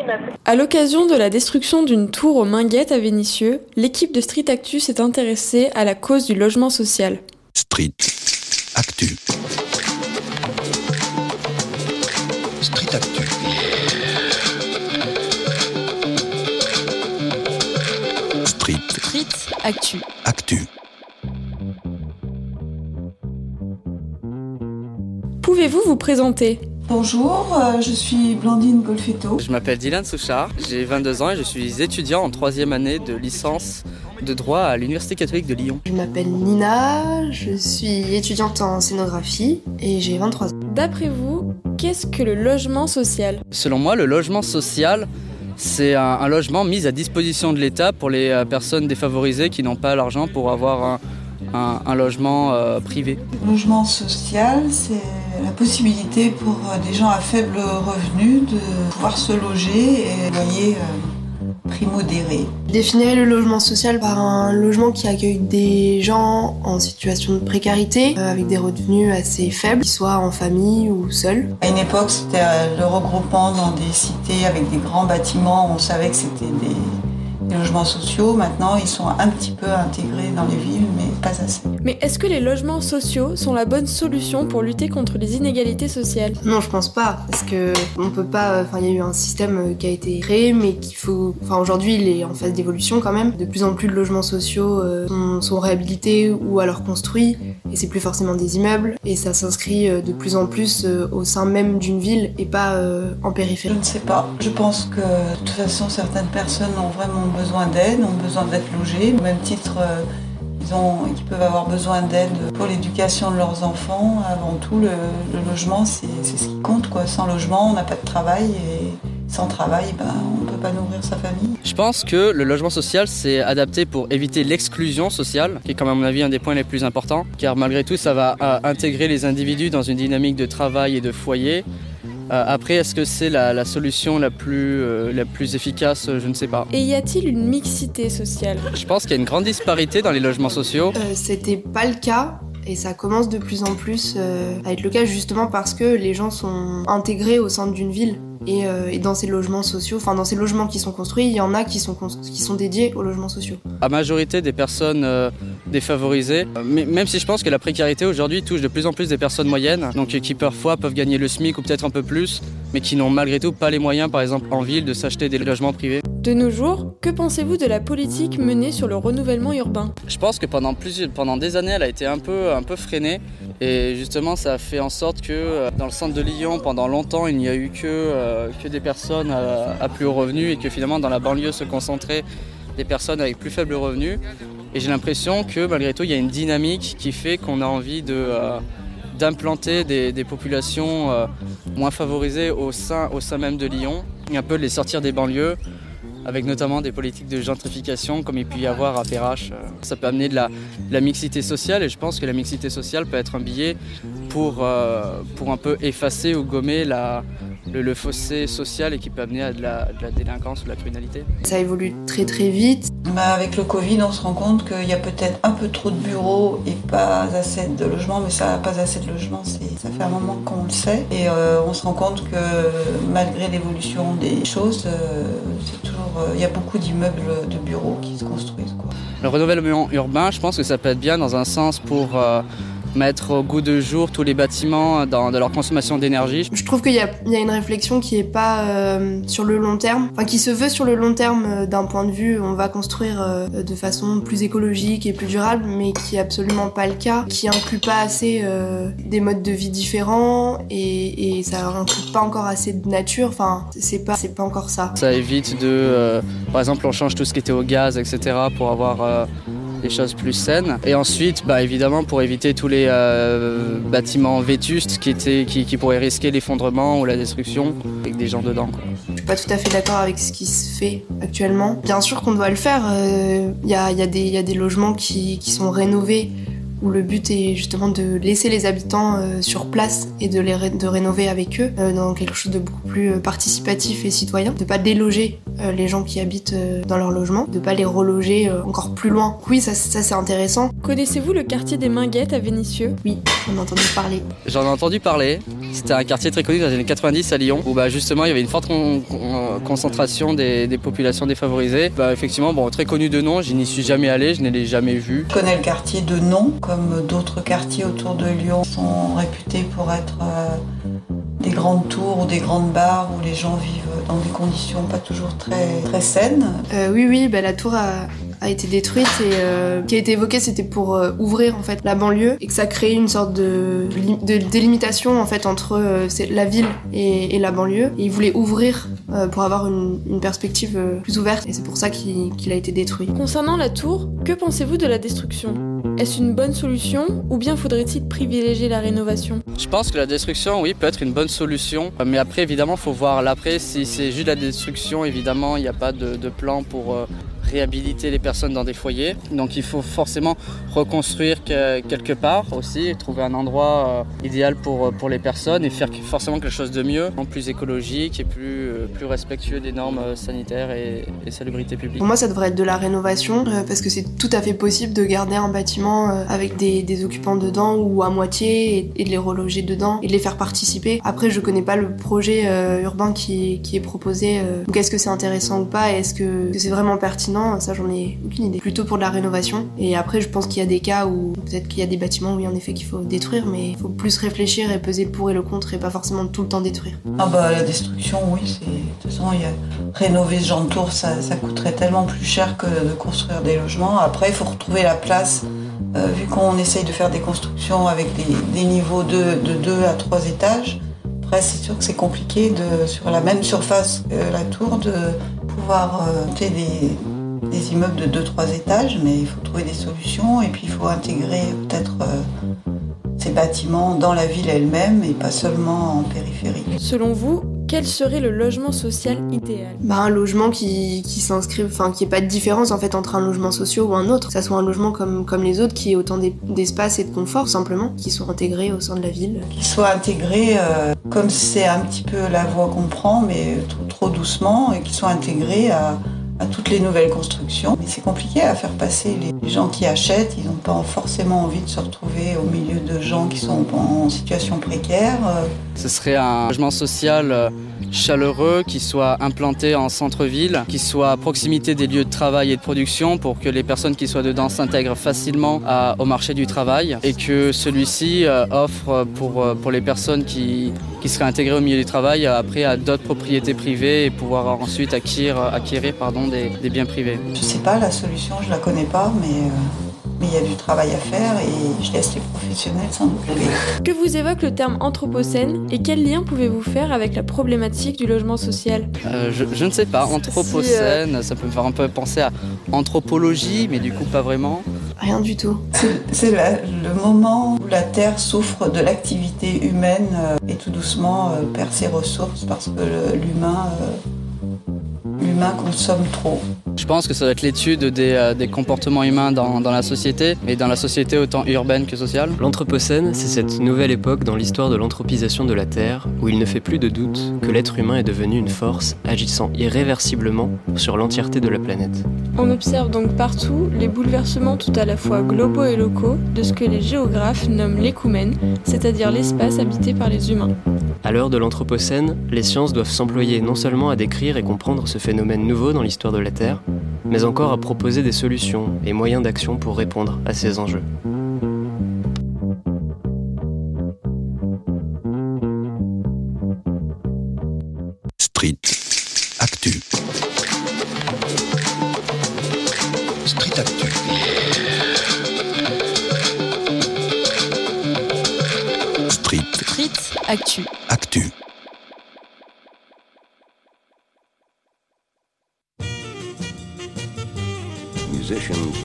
immeuble. À l'occasion de la destruction d'une tour aux Minguettes à Vénissieux, l'équipe de Street Actu s'est intéressée à la cause du logement social. Street Actu. Street Actu. Street Actu. Actu. Pouvez-vous vous présenter ? Bonjour, je suis Blandine Golfetto. Je m'appelle Dylan Souchard, j'ai 22 ans et je suis étudiant en 3e année de licence de droit à l'Université catholique de Lyon. Je m'appelle Nina, je suis étudiante en scénographie et j'ai 23 ans. D'après vous, qu'est-ce que le logement social ? Selon moi, le logement social, c'est un logement mis à disposition de l'État pour les personnes défavorisées qui n'ont pas l'argent pour avoir un logement privé. Le logement social, c'est la possibilité pour des gens à faible revenu de pouvoir se loger et loyer prix modéré. Je définirais le logement social par un logement qui accueille des gens en situation de précarité, avec des revenus assez faibles, qu'ils soient en famille ou seuls. À une époque, c'était le regroupement dans des cités avec des grands bâtiments. On savait que c'était des logements sociaux. Maintenant, ils sont un petit peu intégrés dans les villes, mais pas assez. Mais est-ce que les logements sociaux sont la bonne solution pour lutter contre les inégalités sociales ? Non, je pense pas, parce que on peut pas. Il y a eu un système qui a été créé, mais qu'il faut. Aujourd'hui, il est en phase d'évolution quand même. De plus en plus de logements sociaux sont réhabilités ou alors construits, et c'est plus forcément des immeubles, et ça s'inscrit de plus en plus au sein même d'une ville et pas en périphérie. Je ne sais pas. Je pense que de toute façon, certaines personnes ont vraiment besoin d'aide, ont besoin d'être logées. Au même titre, ils peuvent avoir besoin d'aide pour l'éducation de leurs enfants. Avant tout, le logement, c'est ce qui compte, quoi. Sans logement, on n'a pas de travail et sans travail, on ne peut pas nourrir sa famille. Je pense que le logement social, c'est adapté pour éviter l'exclusion sociale, qui est quand même à mon avis un des points les plus importants, car malgré tout, ça va intégrer les individus dans une dynamique de travail et de foyer. Après, est-ce que c'est la solution la plus efficace ? Je ne sais pas. Et y a-t-il une mixité sociale ? Je pense qu'il y a une grande disparité dans les logements sociaux. C'était pas le cas. Et ça commence de plus en plus à être le cas justement parce que les gens sont intégrés au sein d'une ville. Et dans ces logements sociaux, dans ces logements qui sont construits, il y en a qui sont dédiés aux logements sociaux. La majorité des personnes défavorisées, même si je pense que la précarité aujourd'hui touche de plus en plus des personnes moyennes, donc qui parfois peuvent gagner le SMIC ou peut-être un peu plus, mais qui n'ont malgré tout pas les moyens, par exemple en ville, de s'acheter des logements privés. De nos jours, que pensez-vous de la politique menée sur le renouvellement urbain ? Je pense que pendant des années, elle a été un peu freinée. Et justement, ça a fait en sorte que dans le centre de Lyon, pendant longtemps, il n'y a eu que des personnes à plus haut revenu et que finalement, dans la banlieue, se concentraient des personnes avec plus faibles revenus. Et j'ai l'impression que malgré tout, il y a une dynamique qui fait qu'on a envie d'implanter des populations moins favorisées au sein même de Lyon, et un peu de les sortir des banlieues, avec notamment des politiques de gentrification comme il peut y avoir à Perrache. Ça peut amener de la mixité sociale, et je pense que la mixité sociale peut être un billet pour un peu effacer ou gommer le fossé social et qui peut amener à de la délinquance ou de la criminalité. Ça évolue très très vite. Avec le Covid, on se rend compte qu'il y a peut-être un peu trop de bureaux et pas assez de logements, mais ça, pas assez de logements, ça fait un moment qu'on le sait. Et on se rend compte que malgré l'évolution des choses, il y a beaucoup d'immeubles de bureaux qui se construisent, quoi. Le renouvellement urbain, je pense que ça peut être bien dans un sens pour mettre au goût de jour tous les bâtiments dans leur consommation d'énergie. Je trouve qu'il y a une réflexion qui est pas sur le long terme, qui se veut sur le long terme d'un point de vue on va construire de façon plus écologique et plus durable, mais qui est absolument pas le cas, qui inclut pas assez des modes de vie différents et ça inclut pas encore assez de nature, c'est pas encore ça. Ça évite par exemple on change tout ce qui était au gaz, etc. pour avoir des choses plus saines. Et ensuite, évidemment, pour éviter tous les bâtiments vétustes qui pourraient risquer l'effondrement ou la destruction avec des gens dedans, quoi. Je suis pas tout à fait d'accord avec ce qui se fait actuellement. Bien sûr qu'on doit le faire. Il y a des logements qui sont rénovés où le but est justement de laisser les habitants sur place et de rénover avec eux dans quelque chose de beaucoup plus participatif et citoyen, de pas déloger les gens qui habitent dans leur logement, de pas les reloger encore plus loin. Oui, ça c'est intéressant. Connaissez-vous le quartier des Minguettes à Vénissieux ? Oui, j'en ai entendu parler. J'en ai entendu parler. C'était un quartier très connu dans les années 90 à Lyon, où justement il y avait une forte concentration des populations défavorisées. Effectivement, très connu de nom, je n'y suis jamais allé, je ne l'ai jamais vu. Je connais le quartier de nom, comme d'autres quartiers autour de Lyon sont réputés pour être des grandes tours ou des grandes bars où les gens vivent dans des conditions pas toujours très saines. Oui, la tour a été détruite et qui a été évoquée, c'était pour ouvrir en fait la banlieue et que ça crée une sorte de délimitation en fait entre la ville et la banlieue. Et ils voulaient ouvrir pour avoir une perspective plus ouverte et c'est pour ça qu'il a été détruit. Concernant la tour, que pensez-vous de la destruction ? Est-ce une bonne solution ou bien faudrait-il privilégier la rénovation ? Je pense que la destruction, oui, peut être une bonne solution. Mais après, évidemment, il faut voir l'après. Si c'est juste la destruction, évidemment, il n'y a pas de plan pour réhabiliter les personnes dans des foyers. Donc il faut forcément reconstruire quelque part aussi, trouver un endroit idéal pour les personnes et faire forcément quelque chose de mieux, plus écologique et plus respectueux des normes sanitaires et salubrité publique. Pour moi, ça devrait être de la rénovation parce que c'est tout à fait possible de garder un bâtiment avec des occupants dedans ou à moitié et de les reloger dedans et de les faire participer. Après, je connais pas le projet urbain qui est proposé. Donc est-ce que c'est intéressant ou pas? Est-ce que c'est vraiment pertinent? Ça, j'en ai aucune idée. Plutôt pour de la rénovation. Et après, je pense qu'il y a des cas où peut-être qu'il y a des bâtiments, oui, en effet, qu'il faut détruire, mais il faut plus réfléchir et peser le pour et le contre et pas forcément tout le temps détruire. La destruction, oui, de toute façon, rénover ce genre de tour, ça coûterait tellement plus cher que de construire des logements. Après, il faut retrouver la place. Vu qu'on essaye de faire des constructions avec des niveaux de 2 à 3 étages, après, c'est sûr que c'est compliqué sur la même surface que la tour de pouvoir monter des immeubles de 2-3 étages, mais il faut trouver des solutions et puis il faut intégrer peut-être ces bâtiments dans la ville elle-même et pas seulement en périphérie. Selon vous, quel serait le logement social idéal ? Un logement qui s'inscrive, qui ait pas de différence en fait entre un logement social ou un autre, que ça soit un logement comme les autres, qui ait autant d'espace et de confort simplement, qui soit intégré au sein de la ville. Qui soit intégré comme c'est un petit peu la voie qu'on prend, mais trop doucement, et qui soit intégré à toutes les nouvelles constructions. Mais c'est compliqué à faire passer les gens qui achètent, ils n'ont pas forcément envie de se retrouver au milieu de gens qui sont en situation précaire. Ce serait un logement social chaleureux, qui soit implanté en centre-ville, qui soit à proximité des lieux de travail et de production pour que les personnes qui soient dedans s'intègrent facilement au marché du travail et que celui-ci offre pour les personnes qui seraient intégrées au milieu du travail après à d'autres propriétés privées et pouvoir ensuite acquérir des biens privés. Je sais pas, la solution, je la connais pas, mais il y a du travail à faire et je laisse les professionnels s'en occuper. Que vous évoque le terme anthropocène et quel lien pouvez-vous faire avec la problématique du logement social ? Je ne sais pas, anthropocène, ça peut me faire un peu penser à anthropologie, mais du coup pas vraiment. Rien du tout. C'est le moment où la Terre souffre de l'activité humaine et tout doucement perd ses ressources parce que l'humain consomme trop. Je pense que ça doit être l'étude des comportements humains dans la société, et dans la société autant urbaine que sociale. L'Anthropocène, c'est cette nouvelle époque dans l'histoire de l'anthropisation de la Terre, où il ne fait plus de doute que l'être humain est devenu une force agissant irréversiblement sur l'entièreté de la planète. On observe donc partout les bouleversements tout à la fois globaux et locaux de ce que les géographes nomment l'écoumène, c'est-à-dire l'espace habité par les humains. À l'heure de l'Anthropocène, les sciences doivent s'employer non seulement à décrire et comprendre ce phénomène nouveau dans l'histoire de la Terre, mais encore à proposer des solutions et moyens d'action pour répondre à ces enjeux. Street Actu. Street Actu. Street Actu. Actu. Musicians